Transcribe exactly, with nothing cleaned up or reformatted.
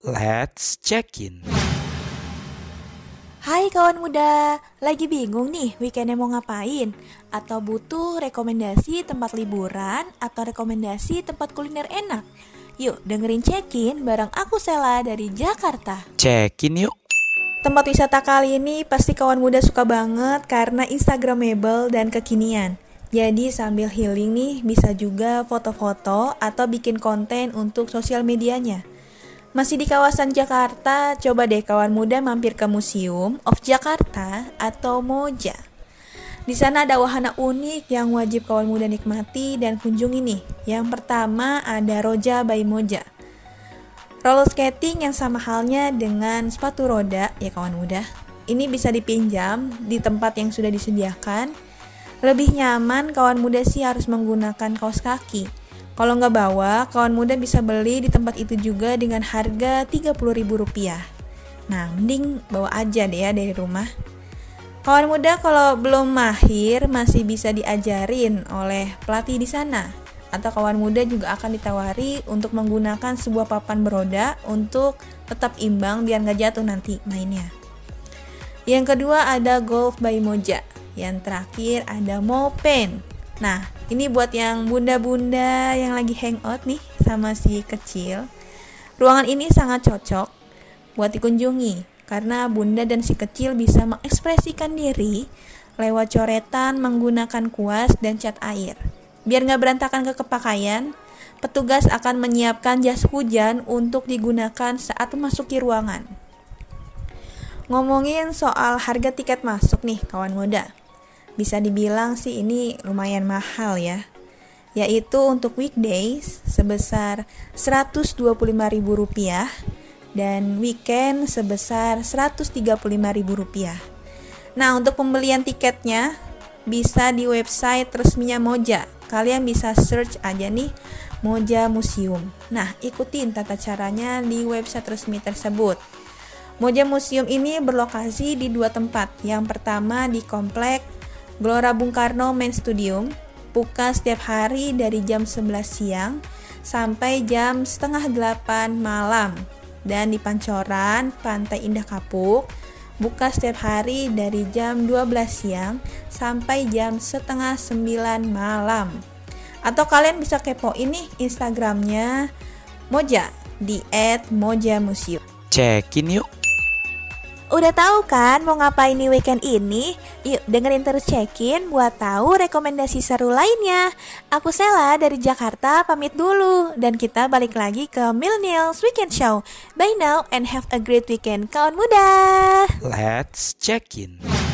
Let's check in. Hai kawan muda, lagi bingung nih weekendnya mau ngapain? Atau butuh rekomendasi tempat liburan atau rekomendasi tempat kuliner enak? Yuk dengerin check-in bareng aku Sela dari Jakarta. Check in yuk. Tempat wisata kali ini pasti kawan muda suka banget karena instagramable dan kekinian. Jadi sambil healing nih bisa juga foto-foto atau bikin konten untuk sosial medianya. Masih di kawasan Jakarta, coba deh kawan muda mampir ke Museum of Jakarta atau Moja. Di sana ada wahana unik yang wajib kawan muda nikmati dan kunjungi nih. Yang pertama ada Roja by Moja. Roller skating yang sama halnya dengan sepatu roda ya kawan muda. Ini bisa dipinjam di tempat yang sudah disediakan. Lebih nyaman kawan muda sih harus menggunakan kaos kaki. Kalau nggak bawa, kawan muda bisa beli di tempat itu juga dengan harga tiga puluh ribu rupiah. Nah, mending bawa aja deh ya dari rumah. Kawan muda kalau belum mahir masih bisa diajarin oleh pelatih di sana. Atau kawan muda juga akan ditawari untuk menggunakan sebuah papan beroda untuk tetap imbang biar nggak jatuh nanti mainnya. Yang kedua ada Golf by Moja. Yang terakhir ada Mopen. Nah, ini buat yang bunda-bunda yang lagi hangout nih sama si kecil. Ruangan ini sangat cocok buat dikunjungi karena bunda dan si kecil bisa mengekspresikan diri lewat coretan menggunakan kuas dan cat air. Biar gak berantakan ke kepakaian, petugas akan menyiapkan jas hujan untuk digunakan saat memasuki ruangan. Ngomongin soal harga tiket masuk nih kawan muda. Bisa dibilang sih ini lumayan mahal ya. Yaitu untuk weekdays sebesar seratus dua puluh lima ribu rupiah dan weekend sebesar seratus tiga puluh lima ribu rupiah. Nah, untuk pembelian tiketnya bisa di website resminya Moja. Kalian bisa search aja nih Moja Museum. Nah, ikutin tata caranya di website resmi tersebut. Moja Museum ini berlokasi di dua tempat. Yang pertama di komplek Gelora Bung Karno Main Studium, buka setiap hari dari jam sebelas siang sampai jam setengah delapan malam. Dan di Pancoran, Pantai Indah Kapuk, buka setiap hari dari jam dua belas siang sampai jam setengah sembilan malam. Atau kalian bisa kepoin nih Instagramnya Moja di et moja museum. Check in yuk. Udah tahu kan mau ngapain nih weekend ini? Yuk dengerin terus check-in buat tahu rekomendasi seru lainnya. Aku Sela dari Jakarta pamit dulu. Dan kita balik lagi ke Millennials Weekend Show. Bye now and have a great weekend kawan muda. Let's check in.